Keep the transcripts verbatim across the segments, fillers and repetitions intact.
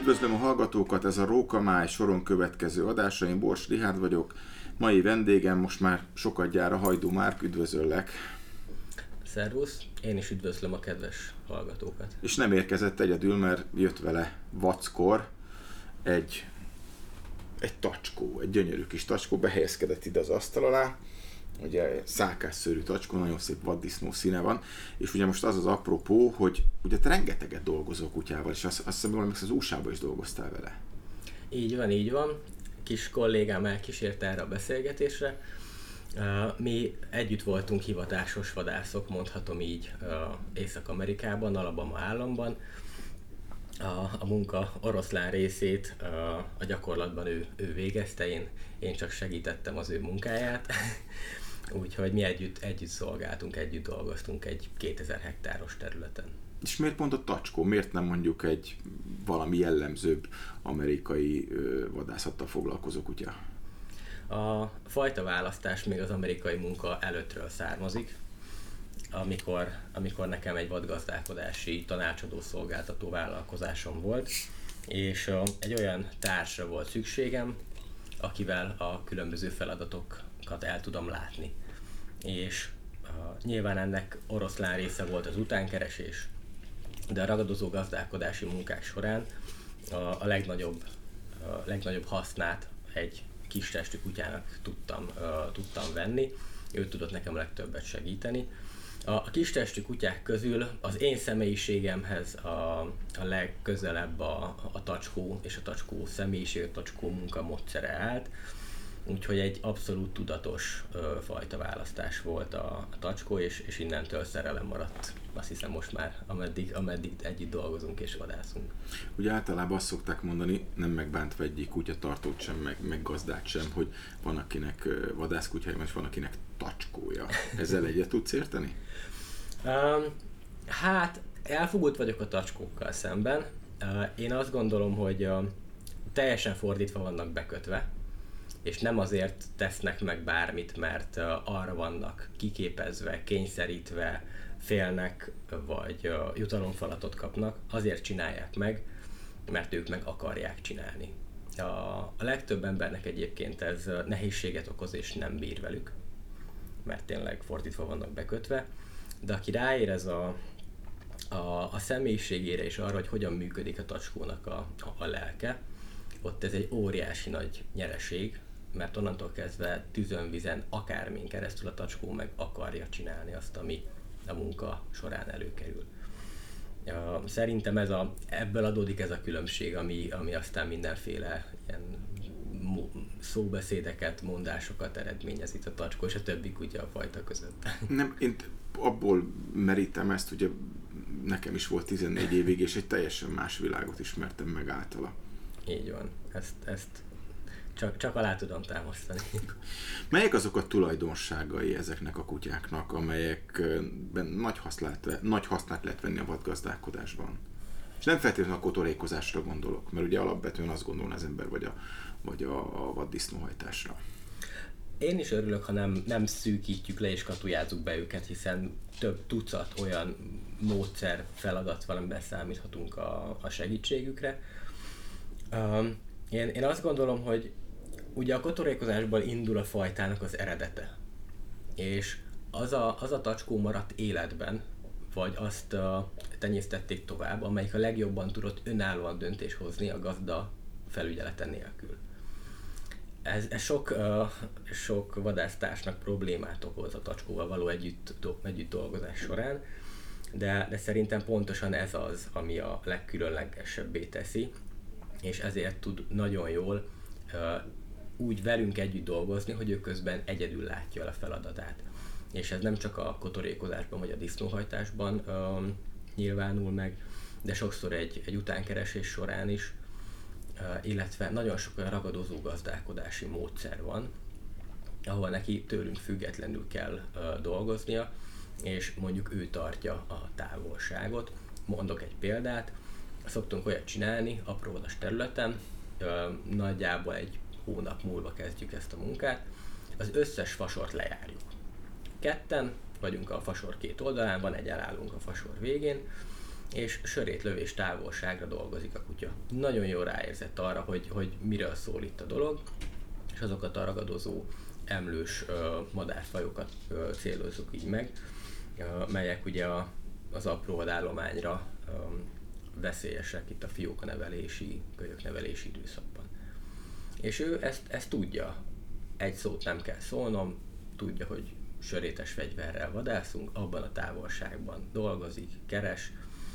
Üdvözlöm a hallgatókat, ez a Rókamály soron következő adása, én Bors Richárd vagyok. Mai vendégem most már sokadjára Hajdú Márk, üdvözöllek. Szervusz, én is üdvözlöm a kedves hallgatókat. És nem érkezett egyedül, mert jött vele vackor egy, egy tacskó, egy gyönyörű kis tacskó, behelyezkedett ide az asztal alá. Ugye szákásszőrű tacskó, nagyon szép vaddisznó színe van, és ugye most az az apropó, hogy ugye te rengeteget dolgozol kutyával, és azt, azt hiszem, hogy az u es á-ban is dolgoztál vele. Így van, így van. Kis kollégám elkísérte erre a beszélgetésre. Mi együtt voltunk hivatásos vadászok, mondhatom így, Észak-Amerikában, Alabama államban. A, a munka oroszlán részét a gyakorlatban ő, ő végezte, én, én csak segítettem az ő munkáját. Úgyhogy mi együtt, együtt szolgáltunk, együtt dolgoztunk egy kétezer hektáros területen. És miért pont a tacskó? Miért nem mondjuk egy valami jellemzőbb amerikai ö, vadászattal foglalkozó kutya? A fajta választás még az amerikai munka előttről származik, amikor, amikor nekem egy vadgazdálkodási tanácsadó szolgáltató vállalkozásom volt, és uh, egy olyan társra volt szükségem, akivel a különböző feladatokat el tudom látni. És uh, nyilván ennek oroszlán része volt az utánkeresés, de a ragadozó gazdálkodási munkák során a, a legnagyobb, a legnagyobb hasznát egy kis testű kutyának tudtam, uh, tudtam venni, ő tudott nekem legtöbbet segíteni. A, a kis testű kutyák közül az én személyiségemhez a, a legközelebb a, a tacskó és a tacskó személyiség, a tacskó munkamódszere állt, úgyhogy egy abszolút tudatos ö, fajta választás volt a, a tacskó, és, és innentől szerelem maradt. Azt hiszem most már, ameddig, ameddig együtt dolgozunk és vadászunk. Ugye általában azt szokták mondani, nem megbántva egyik kutyatartót sem, meg, meg gazdát sem, hogy van akinek vadászkutyája, és van akinek tacskója. Ezzel egyet tudsz érteni? Um, hát elfogult vagyok a tacskókkal szemben. Uh, én azt gondolom, hogy uh, teljesen fordítva vannak bekötve, és nem azért tesznek meg bármit, mert uh, arra vannak kiképezve, kényszerítve, félnek, vagy uh, jutalomfalatot kapnak, azért csinálják meg, mert ők meg akarják csinálni. A, a legtöbb embernek egyébként ez nehézséget okoz, és nem bír velük, mert tényleg fordítva vannak bekötve, de aki ráérez a, a, a személyiségére és arra, hogy hogyan működik a tacskónak a, a, a lelke, ott ez egy óriási nagy nyereség, mert onnantól kezdve tűzön, vizen, akármin keresztül a tacskó meg akarja csinálni azt, ami a munka során előkerül. Szerintem ez a, ebből adódik ez a különbség, ami, ami aztán mindenféle ilyen szóbeszédeket, mondásokat eredményez itt a tacskó és a többi kutya a fajta között. Nem, én abból merítem ezt, ugye nekem is volt tizennégy évig, és egy teljesen más világot ismertem meg általa. Így van, ezt, ezt csak, csak alá tudom támasztani. Melyek azok a tulajdonságai ezeknek a kutyáknak, amelyekben nagy hasznát, nagy hasznát lehet venni a vadgazdálkodásban? És nem feltétlenül a kotorékozásra gondolok, mert ugye alapvetően azt gondolna az ember, vagy a, vagy a, a vaddisznóhajtásra. Én is örülök, ha nem, nem szűkítjük le és katujázzuk be őket, hiszen több tucat olyan módszer, feladat van, amiben számíthatunk a, a segítségükre. Um, én, én azt gondolom, hogy ugye a kotorékozásból indul a fajtának az eredete, és az a, az a tacskó maradt életben, vagy azt uh, tenyésztették tovább, amelyik a legjobban tudott önállóan döntés hozni a gazda felügyelete nélkül. Ez, ez sok, uh, sok vadásztársnak problémát okoz a tacskóval való együtt, do, együtt dolgozás során, de, de szerintem pontosan ez az, ami a legkülönlegesebbé teszi, és ezért tud nagyon jól uh, úgy velünk együtt dolgozni, hogy ő közben egyedül látja el a feladatát. És ez nem csak a kotorékozásban vagy a disznóhajtásban um, nyilvánul meg, de sokszor egy, egy utánkeresés során is, uh, illetve nagyon sok olyan ragadozó gazdálkodási módszer van, ahol neki tőlünk függetlenül kell uh, dolgoznia, és mondjuk ő tartja a távolságot. Mondok egy példát, szoktunk olyat csinálni apróvadas területen, uh, nagyjából egy hónap múlva kezdjük ezt a munkát, az összes fasort lejárjuk. Ketten vagyunk a fasor két oldalán, van egy elállónk a fasor végén, és sörétlövés távolságra dolgozik a kutya. Nagyon jól ráérzett arra, hogy, hogy miről szól itt a dolog, és azokat a ragadozó emlős ö, madárfajokat ö, célozzuk így meg, ö, melyek ugye a, az apró vadállományra ö, veszélyesek itt a fiókanevelési, kölyöknevelési időszakban. És ő ezt, ezt tudja, egy szót nem kell szólnom, tudja, hogy sörétes fegyverrel vadászunk, abban a távolságban dolgozik, keres,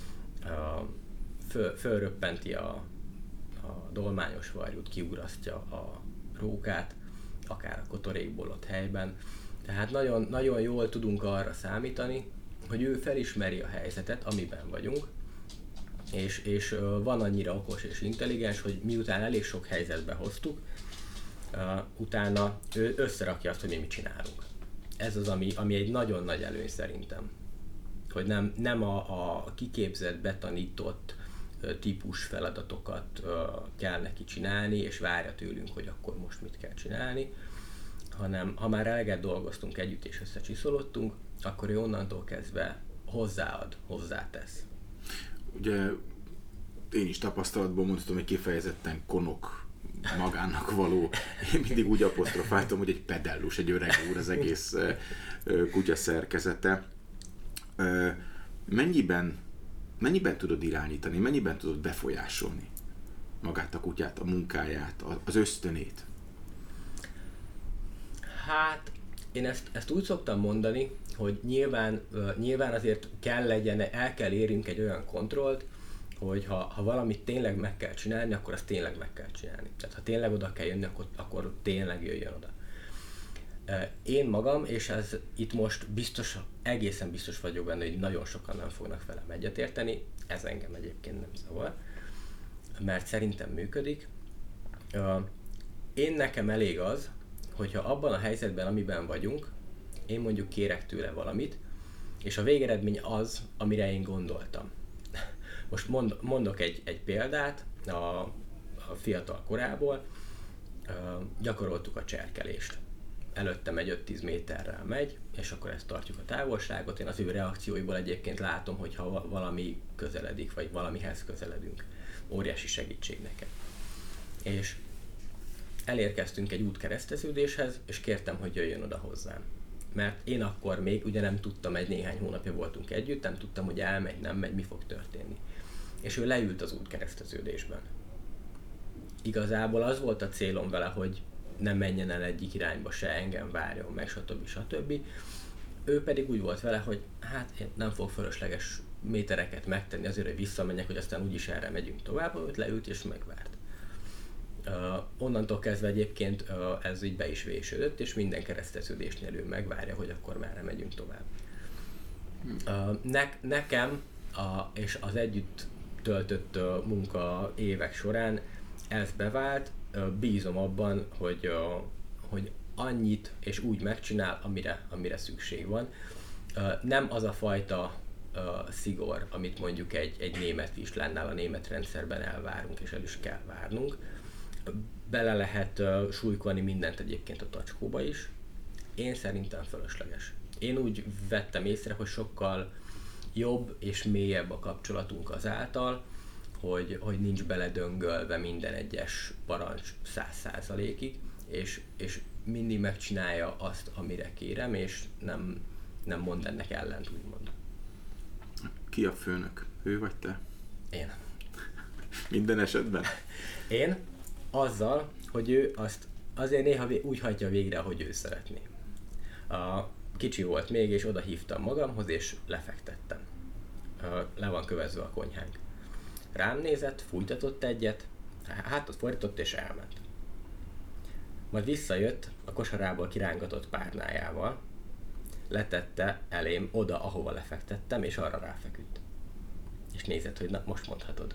föl, fölröppenti a, a dolmányos varjút, kiugrasztja a rókát, akár a kotorékból ott helyben. Tehát nagyon, nagyon jól tudunk arra számítani, hogy ő felismeri a helyzetet, amiben vagyunk, és, és van annyira okos és intelligens, hogy miután elég sok helyzetbe hoztuk, utána ő összerakja azt, hogy mi mit csinálunk. Ez az, ami, ami egy nagyon nagy előny szerintem. Hogy nem, nem a, a kiképzett, betanított típus feladatokat kell neki csinálni, és várja tőlünk, hogy akkor most mit kell csinálni, hanem ha már eleget dolgoztunk együtt és összecsiszolottunk, akkor ő onnantól kezdve hozzáad, hozzátesz. Ugye én is tapasztalatból mondhatom, hogy kifejezetten konok magának való. Én mindig úgy apostrofáltam, hogy egy pedellus, egy öreg úr az egész kutya szerkezete. Mennyiben, mennyiben tudod irányítani, mennyiben tudod befolyásolni magát a kutyát, a munkáját, az ösztönét? Hát, én ezt, ezt úgy szoktam mondani, hogy nyilván, nyilván azért kell legyen, el kell érjünk egy olyan kontrollt, hogy ha, ha valamit tényleg meg kell csinálni, akkor azt tényleg meg kell csinálni. Tehát ha tényleg oda kell jönni, akkor, akkor tényleg jöjjön oda. Én magam, és ez itt most biztos, egészen biztos vagyok benne, hogy nagyon sokan nem fognak velem egyetérteni, ez engem egyébként nem zavar, mert szerintem működik. Én nekem elég az, hogyha abban a helyzetben, amiben vagyunk, én mondjuk kérek tőle valamit, és a végeredmény az, amire én gondoltam. Most mond, mondok egy, egy példát a, a fiatal korából, gyakoroltuk a cserkelést. Előttem egy öt-tíz méterrel megy, és akkor ezt tartjuk a távolságot. Én az ő reakcióiból egyébként látom, hogyha valami közeledik, vagy valamihez közeledünk. Óriási segítség nekem. És elérkeztünk egy útkereszteződéshez, és kértem, hogy jöjjön oda hozzám. Mert én akkor még ugye nem tudtam, egy néhány hónapja voltunk együtt, nem tudtam, hogy elmegy, nem megy, mi fog történni. És ő leült az útkereszteződésben. Igazából az volt a célom vele, hogy nem menjen el egyik irányba se, engem várjon meg, stb. stb. Ő pedig úgy volt vele, hogy hát én nem fog fölösleges métereket megtenni azért, hogy visszamenjek, hogy aztán úgyis erre megyünk tovább, őt leült és megvárt. Uh, onnantól kezdve egyébként uh, ez így be is vésődött, és minden kereszteződésnél ő megvárja, hogy akkor merre megyünk tovább. Uh, ne, nekem a, és az együtt töltött uh, munka évek során ez bevált, uh, bízom abban, hogy, uh, hogy annyit és úgy megcsinál, amire, amire szükség van. Uh, nem az a fajta uh, szigor, amit mondjuk egy, egy német vizslánnál a német rendszerben elvárunk, és el is kell várnunk. Bele lehet uh, súlykolni mindent egyébként a tacskóba is. Én szerintem fölösleges. Én úgy vettem észre, hogy sokkal jobb és mélyebb a kapcsolatunk azáltal, hogy, hogy nincs beledöngölve minden egyes parancs száz százalékig, és, és mindig megcsinálja azt, amire kérem, és nem, nem mond ennek ellent, úgymond. Ki a főnök? Ő vagy te? Én. Minden esetben? Én azzal, hogy ő azt azért néha úgy hagyja végre, ahogy ő szeretné. A kicsi volt még, és oda hívtam magamhoz, és lefektettem. Le van kövezve a konyhánk. Rám nézett, fújtatott egyet, hátat fordított és elment. Majd visszajött a kosarából kirángatott párnájával, letette elém oda, ahova lefektettem, és arra ráfeküdt. És nézett, hogy na, most mondhatod.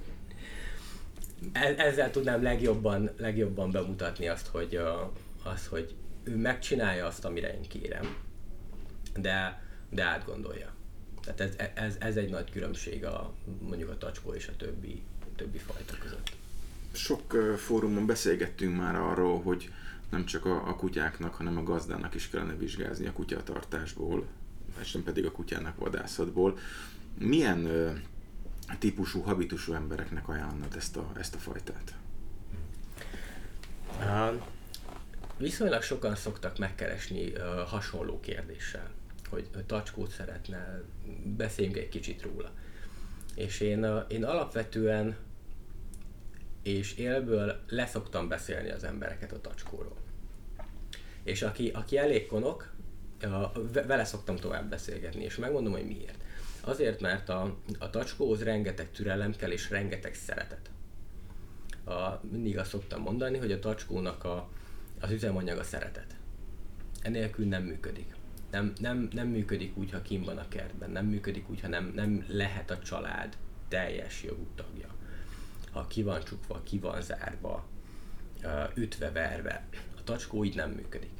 Ezzel tudnám legjobban, legjobban bemutatni azt, hogy, uh, az, hogy ő megcsinálja azt, amire én kérem, de, de átgondolja. Tehát ez, ez, ez egy nagy különbség a, mondjuk a tacskó és a többi, többi fajta között. Sok uh, fórumon beszélgettünk már arról, hogy nem csak a, a kutyáknak, hanem a gazdának is kellene vizsgázni a kutyatartásból, és nem pedig a kutyának vadászatból. Milyen uh, típusú, habitusú embereknek ajánlod ezt a, ezt a fajtát? Uh, viszonylag sokan szoktak megkeresni uh, hasonló kérdéssel, hogy tacskót szeretne, beszéljünk egy kicsit róla. És én, uh, én alapvetően és élből leszoktam beszélni az embereket a tacskóról. És aki, aki elég konok, uh, vele szoktam tovább beszélgetni, és megmondom, hogy miért. Azért, mert a, a tacskóhoz rengeteg türelem kell, és rengeteg szeretet. A, mindig azt szoktam mondani, hogy a tacskónak a, az üzemanyag a szeretet. Enélkül nem működik. Nem, nem, nem működik úgy, ha kint van a kertben, nem működik úgy, ha nem, nem lehet a család teljes jogú tagja. Ha ki van csukva, ki van zárva, ütve, verve. A tacskó így nem működik.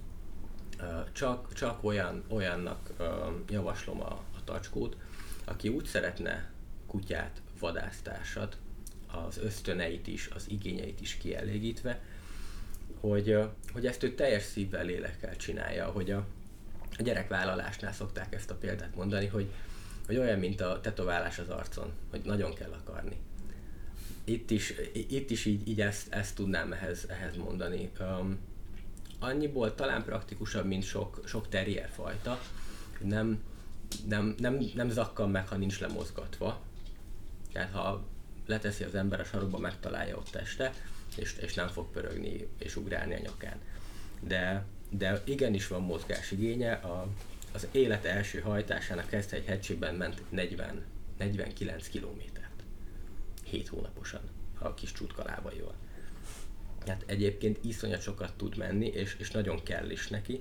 Csak, csak olyan, olyannak javaslom a, a tacskót, aki úgy szeretne kutyát, vadásztársat, az ösztöneit is, az igényeit is kielégítve, hogy, hogy ezt ő teljes szívvel, lélekkel csinálja, hogy a, a gyerekvállalásnál szokták ezt a példát mondani, hogy, hogy olyan, mint a tetoválás az arcon, hogy nagyon kell akarni. Itt is, itt is így, így ezt, ezt tudnám ehhez, ehhez mondani. Um, annyiból talán praktikusabb, mint sok, sok terrier fajta, nem, nem, nem, nem zakkan meg, ha nincs lemozgatva. Tehát ha leteszi az ember a sarokba, megtalálja ott este, és, és nem fog pörögni és ugrálni a nyakán. De, de igenis van mozgásigénye, a, az élet első hajtásának Keszthely-hegységben ment negyven, negyvenkilenc kilométert. hét hónaposan, a kis csutkalábaival. Hát egyébként iszonyat sokat tud menni, és, és nagyon kell is neki.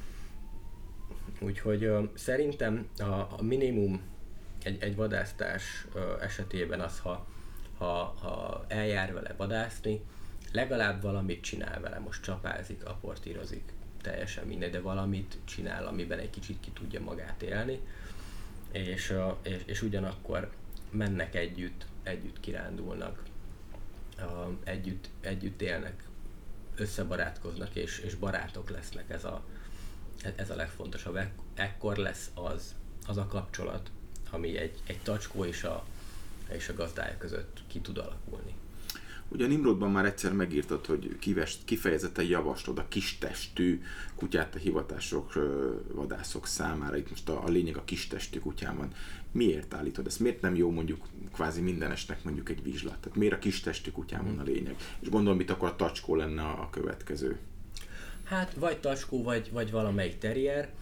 Úgyhogy uh, szerintem a, a minimum egy, egy vadásztárs uh, esetében az, ha, ha, ha eljár vele vadászni, legalább valamit csinál vele, most csapázik, aportírozik, teljesen mindegy, de valamit csinál, amiben egy kicsit ki tudja magát élni, és, uh, és, és ugyanakkor mennek együtt, együtt kirándulnak, uh, együtt, együtt élnek, összebarátkoznak, és, és barátok lesznek, ez a, ez a legfontosabb. Ek, ekkor lesz az, az a kapcsolat, ami egy, egy tacskó és a, és a gazdája között ki tud alakulni. Ugye Nimrodban már egyszer megírtad, hogy kifejezetten javaslod a kistestű kutyát a hivatások, vadászok számára. Itt most a, a lényeg a kistestű kutyán van. Miért állítod ezt? Miért nem jó mondjuk kvázi mindenesnek mondjuk egy vizslat? Tehát miért a kistestű kutyán van a lényeg? És gondolom, itt akkor a tacskó lenne a következő. Hát vagy tacskó, vagy, vagy valamelyik terrier.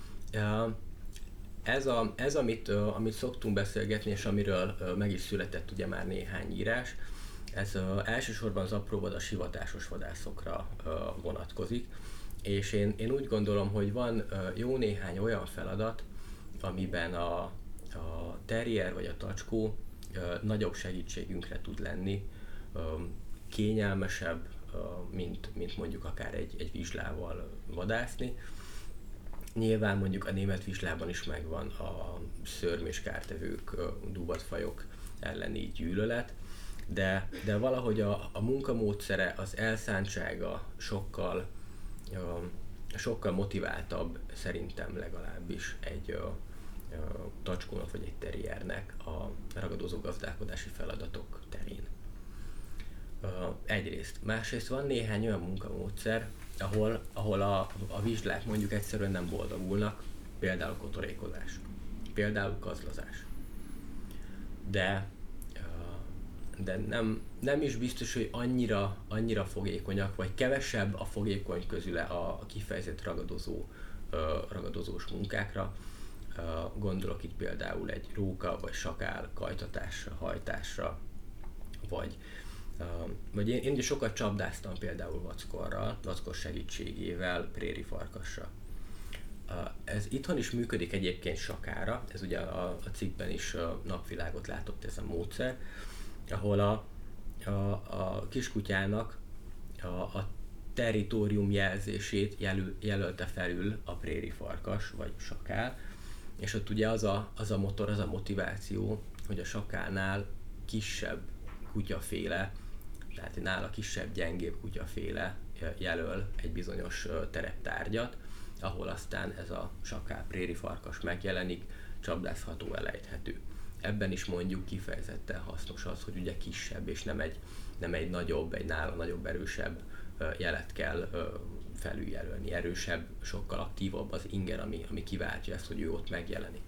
Ez, a, ez amit, amit szoktunk beszélgetni, és amiről meg is született ugye már néhány írás, ez uh, elsősorban az apróvadas hivatásos vadászokra uh, vonatkozik, és én, én úgy gondolom, hogy van uh, jó néhány olyan feladat, amiben a, a terrier vagy a tacskó uh, nagyobb segítségünkre tud lenni, um, kényelmesebb, uh, mint, mint mondjuk akár egy, egy vizslával vadászni. Nyilván mondjuk a német vizslában is megvan a szörm- és kártevők, uh, dúvatfajok elleni gyűlölet, De, de valahogy a, a munkamódszere, az elszántsága sokkal, uh, sokkal motiváltabb szerintem legalábbis egy uh, uh, tacskónak vagy egy terriernek a ragadozó gazdálkodási feladatok terén. Uh, egyrészt. Másrészt van néhány olyan munkamódszer, ahol, ahol a, a vizslák mondjuk egyszerűen nem boldogulnak, például kotorékozás, például kazlazás. De de nem, nem is biztos, hogy annyira, annyira fogékonyak, vagy kevesebb a fogékony közüle a kifejezett ragadozó, ragadozós munkákra. Gondolok itt például egy róka vagy sakál kajtatásra, hajtásra, vagy, vagy én, én is sokat csapdáztam például vackorral, vackor segítségével, préri farkassal. Ez itthon is működik egyébként sakára, ez ugye a, a cikkben is napvilágot látott ez a módszer, ahol a, a, a kiskutyának a, a territórium jelzését jelöl, jelölte felül a préri farkas vagy sakál, és ott ugye az a, az a motor, az a motiváció, hogy a sakálnál kisebb kutyaféle, tehát nála kisebb, gyengébb kutyaféle jelöl egy bizonyos tereptárgyat, ahol aztán ez a sakál préri farkas megjelenik, csapdázható, elejthető. Ebben is mondjuk kifejezetten hasznos az, hogy ugye kisebb, és nem egy, nem egy nagyobb, egy nála nagyobb, erősebb jelet kell felüljelölni. Erősebb, sokkal aktívabb az inger, ami, ami kiváltja ezt, hogy ő ott megjelenik.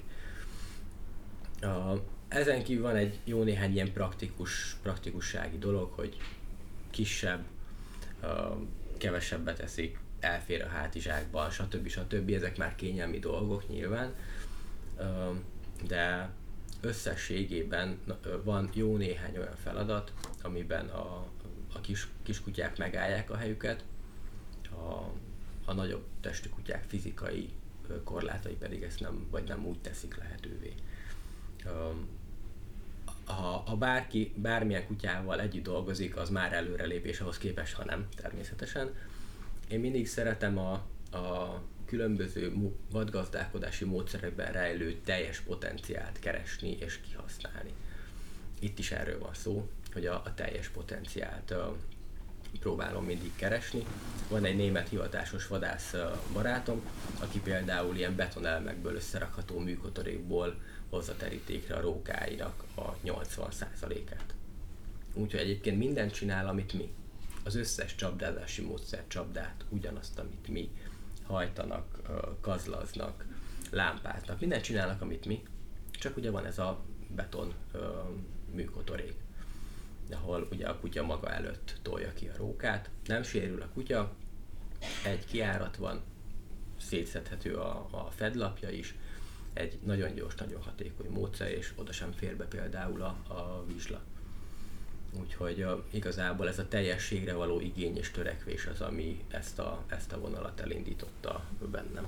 Ezen kívül van egy jó néhány ilyen praktikus, praktikussági dolog, hogy kisebb, kevesebbet eszik, elfér a hátizsákban, stb. stb. Ezek már kényelmi dolgok nyilván, de összességében van jó néhány olyan feladat, amiben a, a kis, kiskutyák megállják a helyüket, a, a nagyobb testű kutyák fizikai korlátai pedig ezt nem, vagy nem úgy teszik lehetővé. Ha, ha bárki bármilyen kutyával együtt dolgozik, az már előrelépés ahhoz képest, ha nem, természetesen. Én mindig szeretem a, a különböző vadgazdálkodási módszerekben rejlő teljes potenciált keresni és kihasználni. Itt is erről van szó, hogy a, a teljes potenciált uh, próbálom mindig keresni. Van egy német hivatásos vadász uh, barátom, aki például ilyen betonelmekből összerakható műkotorékból hozza terítékre a rókáinak a nyolcvan százalékát. Úgyhogy egyébként mindent csinál, amit mi. Az összes csapdázási módszer csapdát, ugyanazt, amit mi, hajtanak, kazlaznak, lámpáznak, mindent csinálnak, amit mi, csak ugye van ez a beton műkotorék, ahol ugye a kutya maga előtt tolja ki a rókát, nem sérül a kutya, egy kijárat van, szétszedhető a, a fedlapja is, egy nagyon gyors, nagyon hatékony módszer, és oda sem fér be például a, a vizsla. Úgyhogy uh, igazából ez a teljességre való igény és törekvés az, ami ezt a, ezt a vonalat elindította bennem.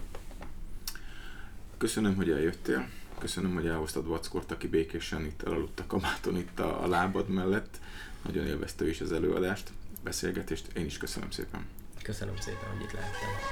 Köszönöm, hogy eljöttél. Köszönöm, hogy elhoztad Vackort, aki békésen itt elaludt a kabáton itt a, a lábad mellett. Nagyon élvezte is az előadást, beszélgetést. Én is köszönöm szépen. Köszönöm szépen, hogy itt lehettem.